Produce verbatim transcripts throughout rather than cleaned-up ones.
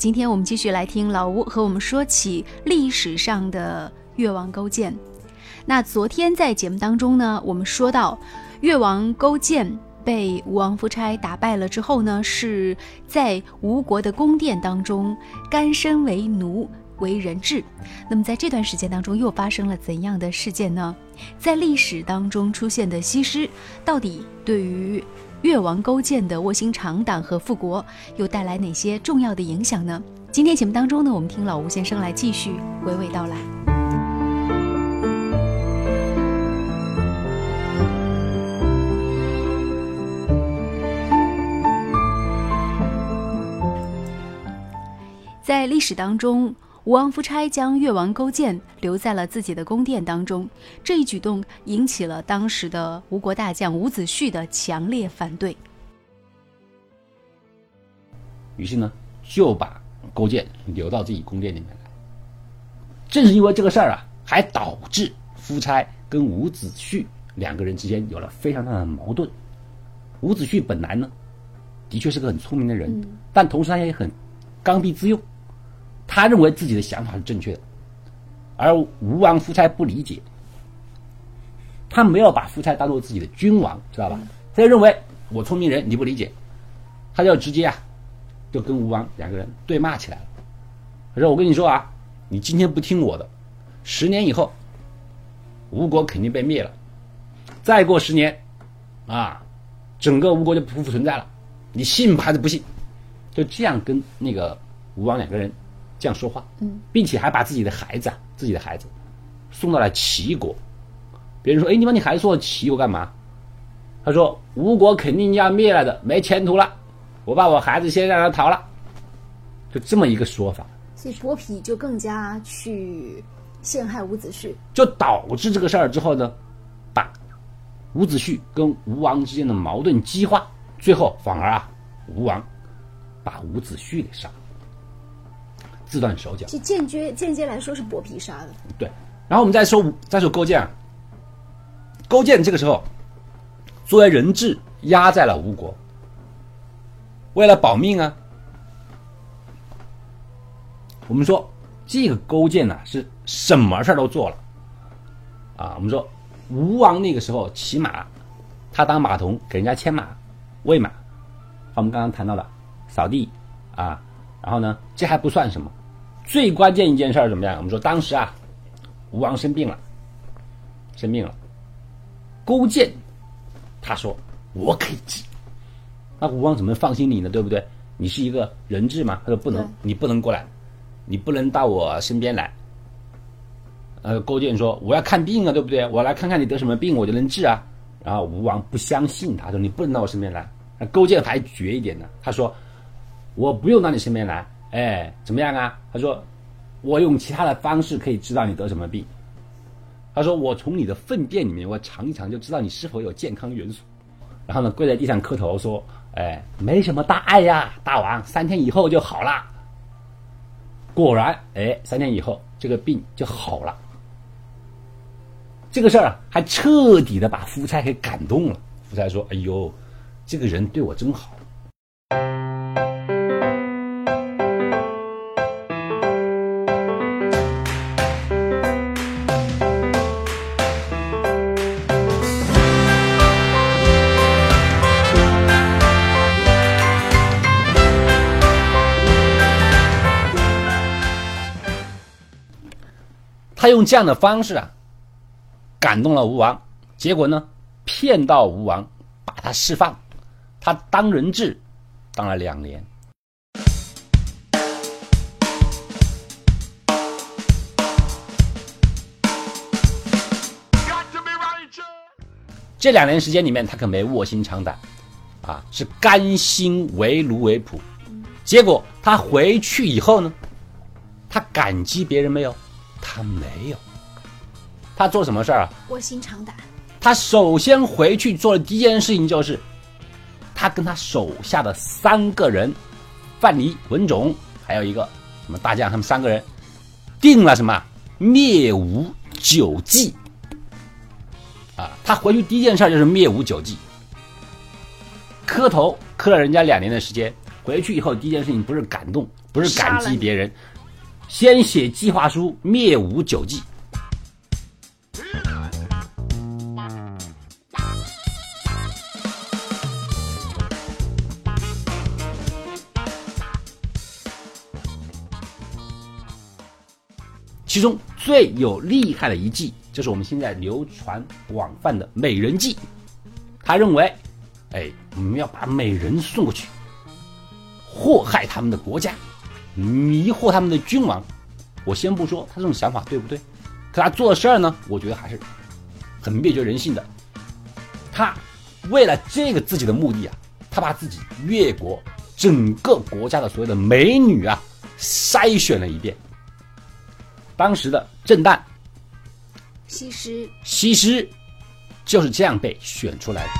今天我们继续来听老吴和我们说起历史上的越王勾践。那昨天在节目当中呢，我们说到越王勾践被吴王夫差打败了之后呢，是在吴国的宫殿当中甘身为奴为人质。那么在这段时间当中又发生了怎样的事件呢？在历史当中出现的西施到底对于越王勾践的卧薪尝胆和复国又带来哪些重要的影响呢？今天节目当中呢，我们听老吴先生来继续娓娓道来。在历史当中，吴王夫差将越王勾践留在了自己的宫殿当中，这一举动引起了当时的吴国大将伍子胥的强烈反对。 于是呢，就把勾践留到自己宫殿里面来。正是因为这个事儿啊，还导致夫差跟伍子胥两个人之间有了非常大的矛盾。伍子胥本来呢，的确是个很聪明的人，嗯、但同时他也很刚愎自用。他认为自己的想法是正确的，而吴王夫差不理解，他没有把夫差当做自己的君王，知道吧？他就认为我聪明人你不理解，他就直接啊，就跟吴王两个人对骂起来了。他说：“我跟你说啊，你今天不听我的，十年以后，吴国肯定被灭了。再过十年，啊，整个吴国就不复存在了。你信还是不信？”就这样跟那个吴王两个人这样说话，并且还把自己的孩子啊，自己的孩子送到了齐国。别人说：“哎，你把你孩子送到齐国干嘛？”他说：“吴国肯定要灭了的，没前途了，我把我孩子先让他逃了。”就这么一个说法。 所以伯嚭就更加去陷害伍子胥， 就导致这个事儿之后呢，把伍子胥跟吴王之间的矛盾激化，最后反而啊，吴王把伍子胥给杀了。自断手脚， 其实间接间接来说是伯嚭杀的。 对，然后我们再说再说勾践啊，勾践这个时候作为人质压在了吴国，为了保命啊，我们说这个勾践呢、啊、是什么事都做了啊。我们说吴王那个时候骑马，他当马童给人家牵马喂马，我们刚刚谈到了扫地啊，然后呢这还不算什么。最关键一件事儿怎么样？我们说当时啊，吴王生病了，生病了，勾践他说我可以治，那吴王怎么放心你呢？对不对？你是一个人质嘛，他说不能，你不能过来，你不能到我身边来。呃，勾践说我要看病啊，对不对？我来看看你得什么病，我就能治啊。然后吴王不相信他，说你不能到我身边来。那勾践还绝一点呢，他说我不用到你身边来。哎，怎么样啊？他说我用其他的方式可以知道你得什么病。他说我从你的粪便里面我尝一尝就知道你是否有健康元素。然后呢，跪在地上磕头说，哎，没什么大碍呀，大王，三天以后就好了。果然，哎，三天以后这个病就好了。这个事儿啊，还彻底的把夫差给感动了。夫差说，哎呦，这个人对我真好。他用这样的方式啊，感动了吴王，结果呢，骗到吴王，把他释放，他当人质，当了两年。这两年时间里面，他可没卧薪尝胆，啊，是甘心为奴为仆。结果他回去以后呢，他感激别人没有？他没有。他做什么事儿啊？ 卧薪尝胆。 他首先回去做的第一件事情就是，他跟他手下的三个人，范蠡、文种，还有一个什么大将，他们三个人定了什么灭吴九计。啊，他回去第一件事就是灭吴九计。磕头磕了人家两年的时间，回去以后第一件事情不是感动， 不是感激别人，先写计划书灭吴九计。其中最有厉害的一计，就是我们现在流传广泛的美人计。他认为，哎，我们要把美人送过去，祸害他们的国家，迷惑他们的君王。我先不说他这种想法对不对，可他做的事儿呢，我觉得还是很灭绝人性的。他为了这个自己的目的啊，他把自己越国整个国家的所有的美女啊筛选了一遍。当时的郑旦、 西施、 西施就是这样被选出来的。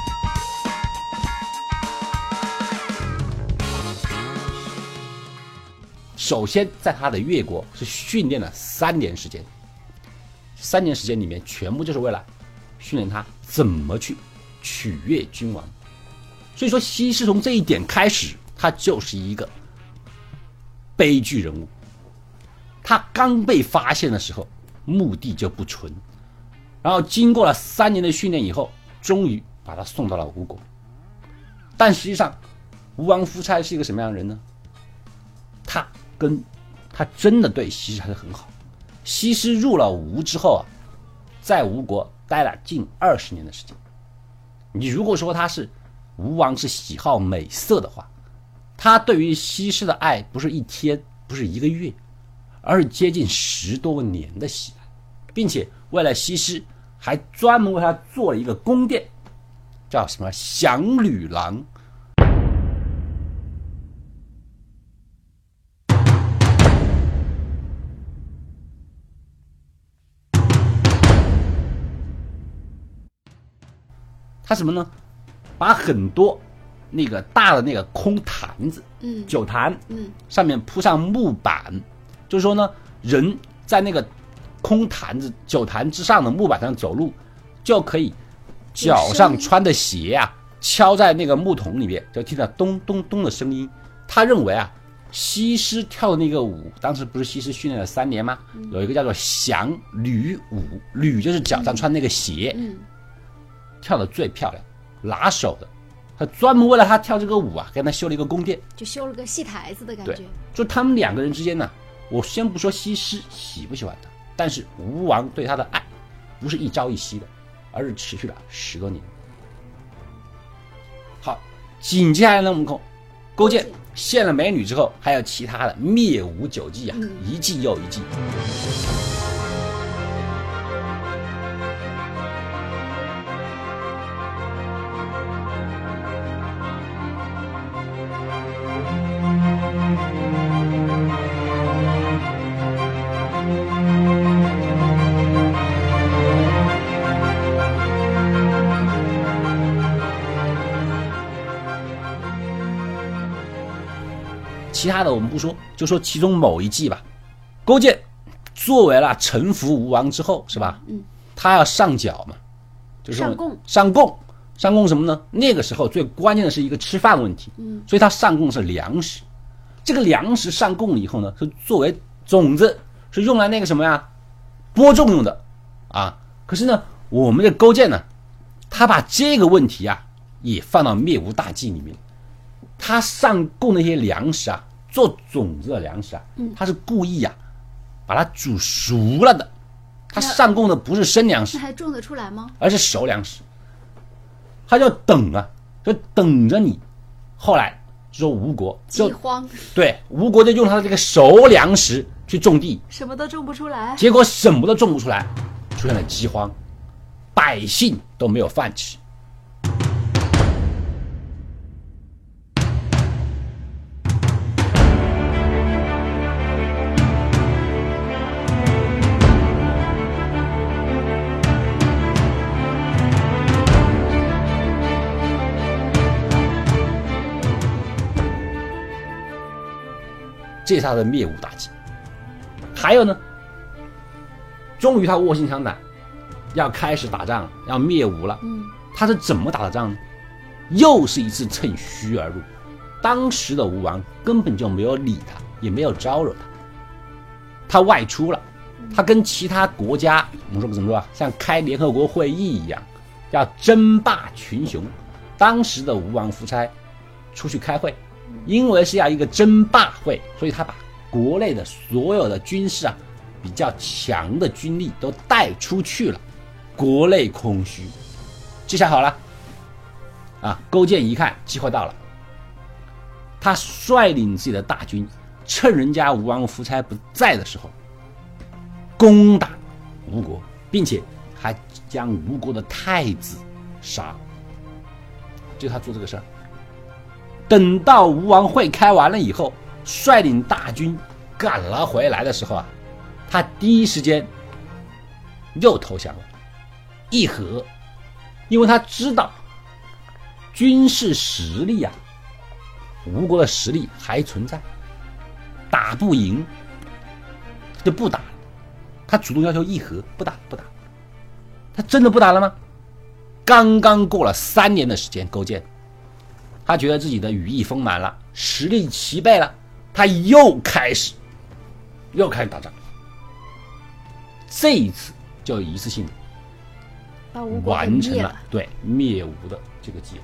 首先，在他的越国是训练了三年时间，三年时间里面全部就是为了训练他怎么去取悦君王。所以说，西施从这一点开始，他就是一个悲剧人物。他刚被发现的时候，目的就不纯，然后经过了三年的训练以后，终于把他送到了吴国。但实际上，吴王夫差是一个什么样的人呢？他跟他真的对西施还是很好。西施入了吴之后啊，在吴国待了近二十年的时间。你如果说他是吴王是喜好美色的话，他对于西施的爱不是一天，不是一个月，而是接近十多年的喜爱，并且为了西施还专门为他做了一个宫殿，叫什么享旅廊。他什么呢？把很多那个大的那个空坛子， 嗯， 酒坛， 嗯， 上面铺上木板，就是说呢，人在那个空坛子、酒坛之上的木板上走路，就可以脚上穿的鞋啊，敲在那个木桶里面，就听到咚咚咚的声音。他认为啊，西施跳的那个舞，当时不是西施训练了三年吗？嗯、有一个叫做享旅舞，旅就是脚上穿那个鞋， 嗯， 跳得最漂亮，拿手的。他专门为了他跳这个舞啊，给他修了一个宫殿， 就修了个戏台子的感觉。 对，就他们两个人之间呢，我先不说西施喜不喜欢他，但是吴王对他的爱不是一朝一夕的，而是持续了十多年。好，紧接下来呢，我们看勾践献了美女之后，还有其他的灭吴九计啊，嗯、一计又一计。其他的我们不说，就说其中某一计吧。勾践作为了臣服吴王之后，是吧？嗯，他要上缴嘛，就是上贡， 上贡，上贡什么呢？那个时候最关键的是一个吃饭问题，嗯，所以他上贡是粮食。这个粮食上贡以后呢，是作为种子，是用来那个什么呀，播种用的啊。可是呢，我们的勾践呢，他把这个问题啊也放到灭吴大计里面。他上贡那些粮食啊，做种子的粮食啊，他是故意啊把它煮熟了的。他上贡的不是生粮食， 那还种得出来吗？ 而是熟粮食。他就等啊，就等着你。后来就说吴国就饥荒， 对，吴国就用他的这个熟粮食去种地， 什么都种不出来， 结果什么都种不出来，出现了饥荒，百姓都没有饭吃。这是他的灭吴大计。还有呢，终于他卧薪尝胆，要开始打仗，要灭吴了。嗯，他是怎么打的仗呢？又是一次趁虚而入。当时的吴王根本就没有理他， 也没有招惹他。他外出了，他跟其他国家，我们说怎么说啊，像开联合国会议一样，要争霸群雄。当时的吴王夫差出去开会，因为是要一个争霸会，所以他把国内的所有的军事啊比较强的军力都带出去了，国内空虚。记下好了啊，勾践一看机会到了，他率领自己的大军，趁人家吴王夫差不在的时候攻打吴国，并且还将吴国的太子杀了。就他做这个事儿。等到吴王会开完了以后，率领大军赶了回来的时候啊，他第一时间又投降了，议和。因为他知道军事实力啊，吴国的实力还存在，打不赢他就不打了。他主动要求议和，不打不打。他真的不打了吗？刚刚过了三年的时间，勾践他觉得自己的羽翼丰满了，实力齐备了，他又开始又开始打仗。这一次就一次性的把吴国完成灭了对灭吴的这个计划。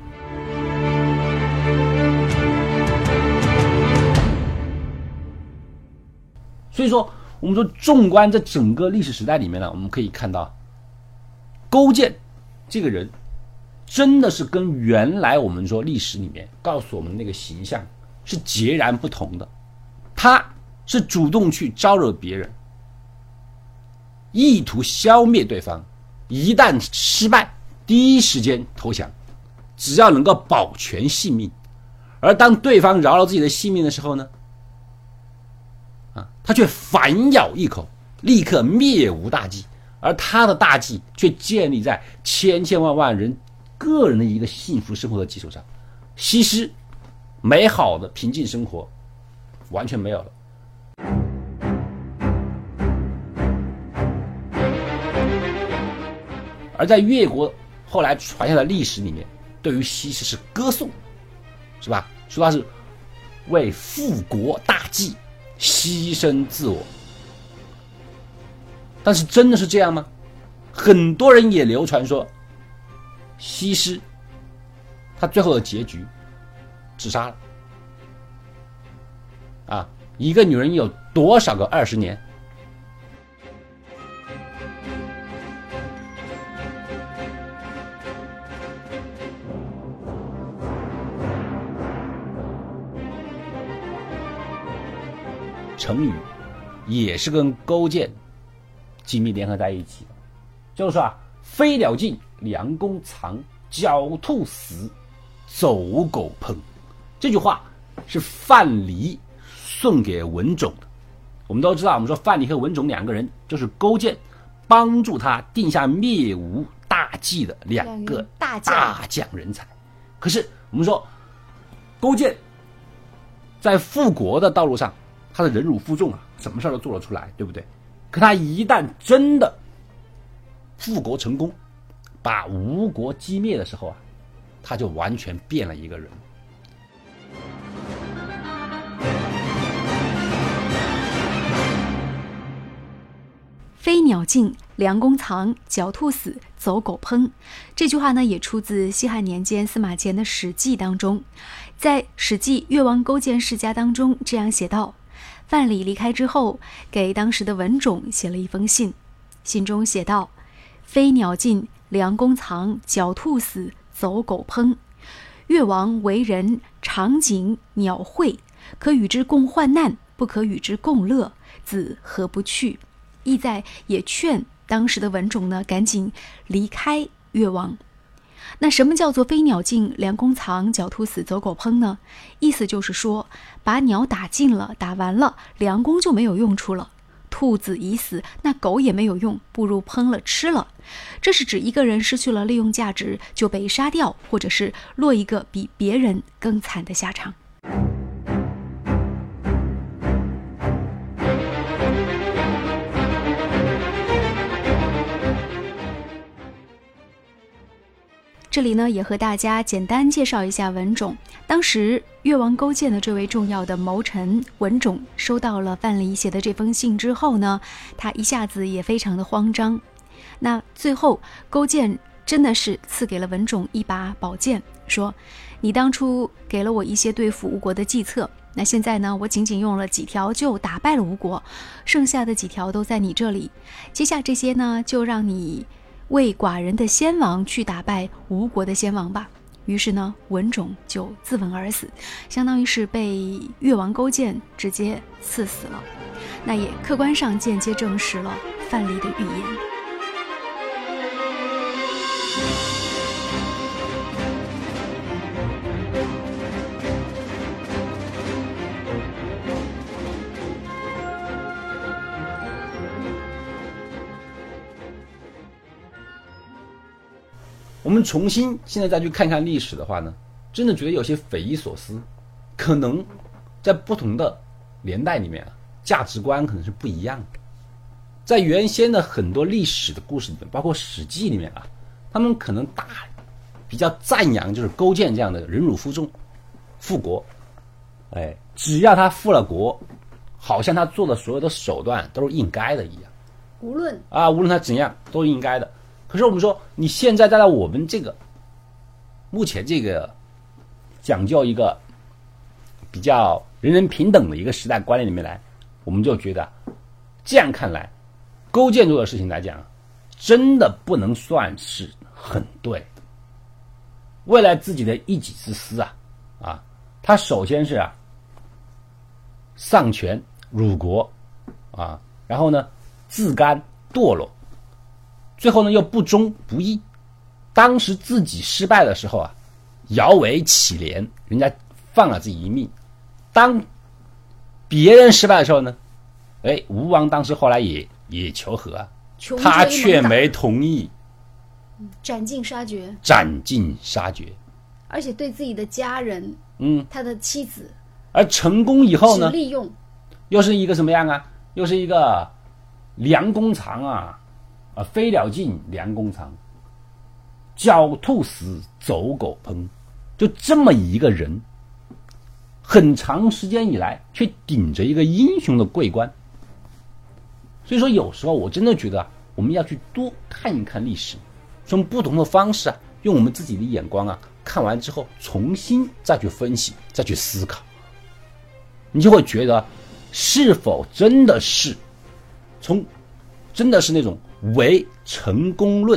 所以说，我们说纵观这整个历史时代里面呢，我们可以看到，勾践这个人真的是跟原来我们说历史里面告诉我们的那个形象是截然不同的。他是主动去招惹别人，意图消灭对方，一旦失败，第一时间投降，只要能够保全性命。而当对方饶了自己的性命的时候呢，啊，他却反咬一口，立刻灭吴大计。而他的大计却建立在千千万万人个人的一个幸福生活的基础上，西施美好的平静生活完全没有了。而在越国后来传下的历史里面，对于西施是歌颂，是吧？说他是为复国大计牺牲自我。但是真的是这样吗？很多人也流传说，西施她最后的结局自杀了。啊，一个女人有多少个二十年？成语也是跟勾践紧密联合在一起，就是说啊，飞鸟尽，良弓藏；狡兔死，走狗烹。这句话是范蠡送给文种的。我们都知道，我们说范蠡和文种两个人就是勾践帮助他定下灭吴大计的两个大将人才。可是我们说，勾践在复国的道路上，他的忍辱负重啊，什么事都做得出来，对不对？可他一旦真的复国成功，把吴国击灭的时候啊，他就完全变了一个人。 飞鸟尽，良弓藏；狡兔死，走狗烹。这句话呢，也出自西汉年间司马迁的《史记》当中。在《史记·越王勾践世家》当中这样写道：范蠡离开之后，给当时的文种写了一封信，信中写道：飞鸟尽，良弓藏；狡兔死，走狗烹。越王为人常谨鸟喙，可与之共患难，不可与之共乐，子何不去？意在也劝当时的文种呢，赶紧离开越王。那什么叫做飞鸟尽，良弓藏；狡兔死，走狗烹呢？意思就是说，把鸟打尽了，打完了，良弓就没有用处了；兔子已死，那狗也没有用，不如烹了吃了。这是指一个人失去了利用价值，就被杀掉，或者是落一个比别人更惨的下场。 这里呢，也和大家简单介绍一下文种。当时越王勾践的这位重要的谋臣文种收到了范蠡写的这封信之后呢，他一下子也非常的慌张。那最后勾践真的是赐给了文种一把宝剑，说你当初给了我一些对付吴国的计策，那现在呢，我仅仅用了几条就打败了吴国，剩下的几条都在你这里，接下这些呢，就让你为寡人的先王去打败吴国的先王吧。于是呢，文种就自刎而死，相当于是被越王勾践直接刺死了。那也客观上间接证实了范蠡的预言。 我们重新现在再去看看历史的话呢，真的觉得有些匪夷所思，可能在不同的年代里面啊，价值观可能是不一样的。在原先的很多历史的故事里面，包括《史记》里面啊，他们可能大比较赞扬就是勾践这样的忍辱负重、复国。哎，只要他复了国，好像他做的所有的手段都是应该的一样。 无论啊，无论他怎样都是应该的。可是我们说，你现在再到我们这个目前这个讲究一个比较人人平等的一个时代观念里面来，我们就觉得这样看来，勾践做的事情来讲，真的不能算是很对的。为了自己的一己之私啊，啊，他首先是啊丧权辱国啊，然后呢自甘堕落。最后呢，又不忠不义。当时自己失败的时候啊，摇尾乞怜，人家放了自己一命。当别人失败的时候呢，哎，吴王当时后来也也求和啊，他却没同意， 斩尽杀绝， 斩尽杀绝， 而且对自己的家人， 嗯， 他的妻子， 而成功以后呢， 利用， 又是一个什么样啊？又是一个良弓藏啊。啊，飞鸟尽，良弓藏；狡兔死，走狗烹。就这么一个人，很长时间以来却顶着一个英雄的桂冠。所以说，有时候我真的觉得啊，我们要去多看一看历史，从不同的方式啊，用我们自己的眼光啊，看完之后重新再去分析，再去思考，你就会觉得是否真的是从真的是那种唯成功论，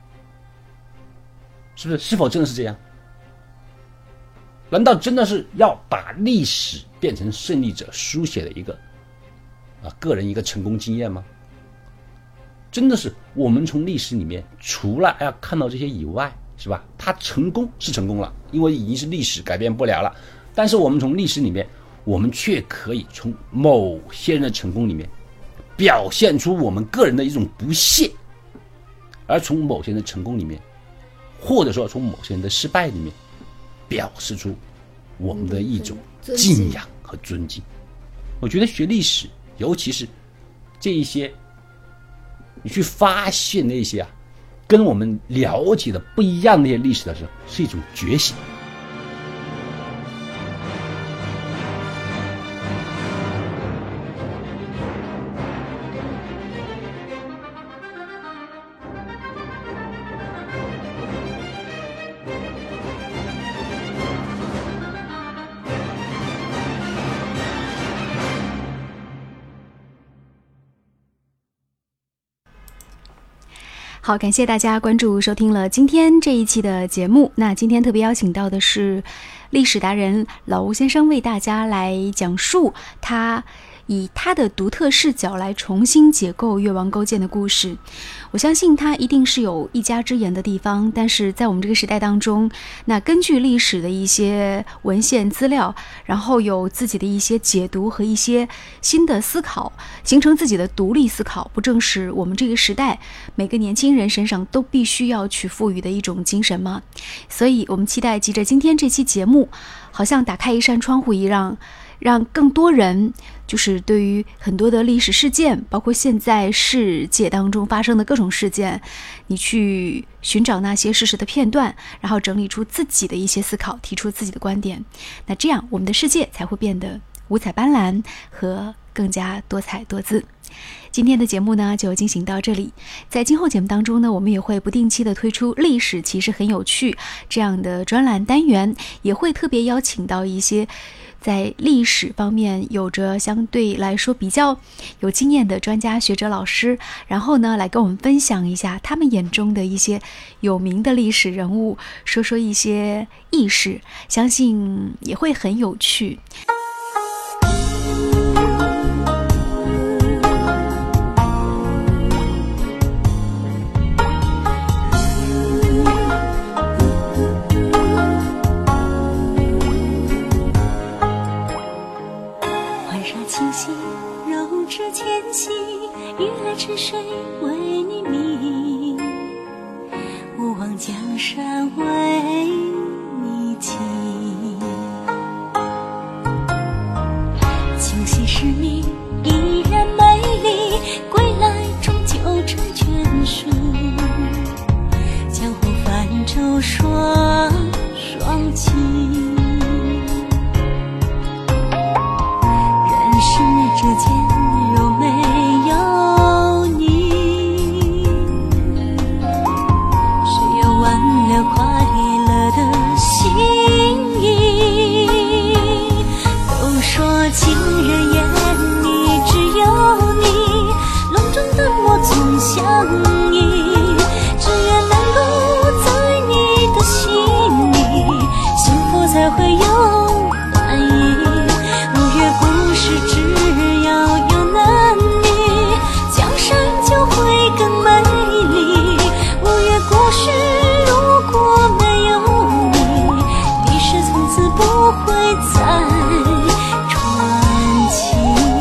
是不是？是否真的是这样？难道真的是要把历史变成胜利者书写的一个啊个人一个成功经验吗？真的是我们从历史里面除了要看到这些以外，是吧？他成功是成功了，因为已经是历史改变不了了。但是我们从历史里面，我们却可以从某些人的成功里面表现出我们个人的一种不屑，而从某些人的成功里面，或者说从某些人的失败里面，表示出我们的一种敬仰和尊敬。我觉得学历史，尤其是这一些，你去发现那些啊，跟我们了解的不一样的那些历史的时候，是一种觉醒。 好，感谢大家关注收听了今天这一期的节目。那今天特别邀请到的是历史达人老吴先生，为大家来讲述他以他的独特视角来重新解构越王勾践的故事。我相信他一定是有一家之言的地方，但是在我们这个时代当中，那根据历史的一些文献资料，然后有自己的一些解读和一些新的思考，形成自己的独立思考，不正是我们这个时代每个年轻人身上都必须要去赋予的一种精神吗？所以我们期待藉着今天这期节目，好像打开一扇窗户一样， 让更多人就是对于很多的历史事件，包括现在世界当中发生的各种事件，你去寻找那些事实的片段，然后整理出自己的一些思考，提出自己的观点。那这样我们的世界才会变得五彩斑斓和更加多彩多姿。今天的节目呢就进行到这里，在今后节目当中呢，我们也会不定期的推出历史其实很有趣这样的专栏单元，也会特别邀请到一些在历史方面有着相对来说比较有经验的专家学者老师，然后呢来跟我们分享一下他们眼中的一些有名的历史人物，说说一些轶事，相信也会很有趣。 是谁为你鸣？勿忘江山为你倾。清溪是你依然美丽，归来终究成眷属。江湖泛舟双双情，人世之间若没有快乐的心意。都说情人眼里只有你，笼中的我总相依。只愿能够在你的心里，幸福才会有欢意。五月故事只要有男女，江山就会更美丽。五月故事不会再传奇。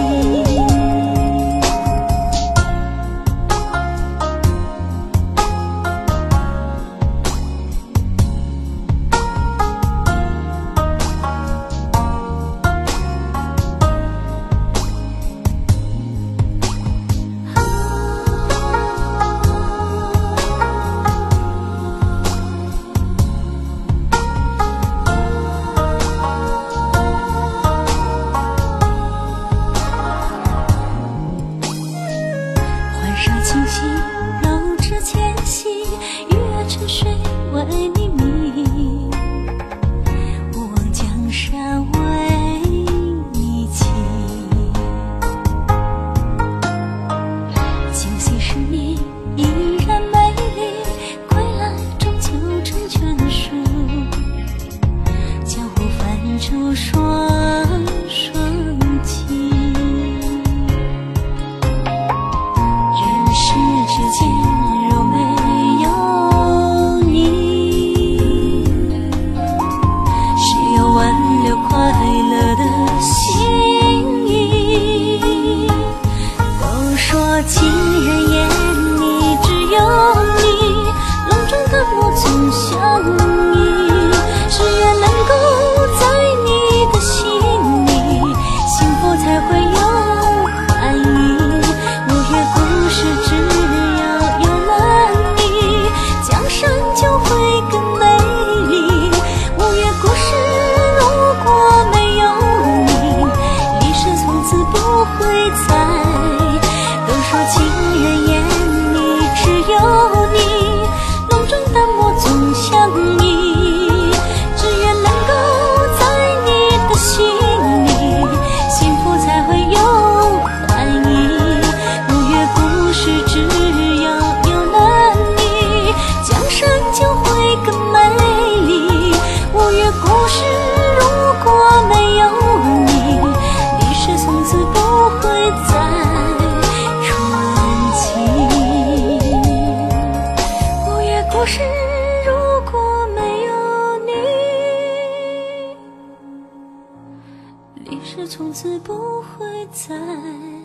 清溪柔指纤细，月沉水为你鸣。勿忘江山为你倾。清溪是你依然美丽，归来终究成眷属。江湖泛舟双双情。世间若没有你，谁又挽留快乐的心意？都说情人眼里只有你，笼中的我总相依。只愿能够在你的心里，幸福才会有欢意。五月故事只就会更美丽。五月故事如果没有你，历史从此不会再。都说情人眼里只有你，笼中的我总相依。只愿能够在你的心里，幸福才会有欢意。五月故事只要有了你，江山就会更美丽。五月故事如果没有你，历史从此不会再传奇。五月故事如果没有你，历史从此不会再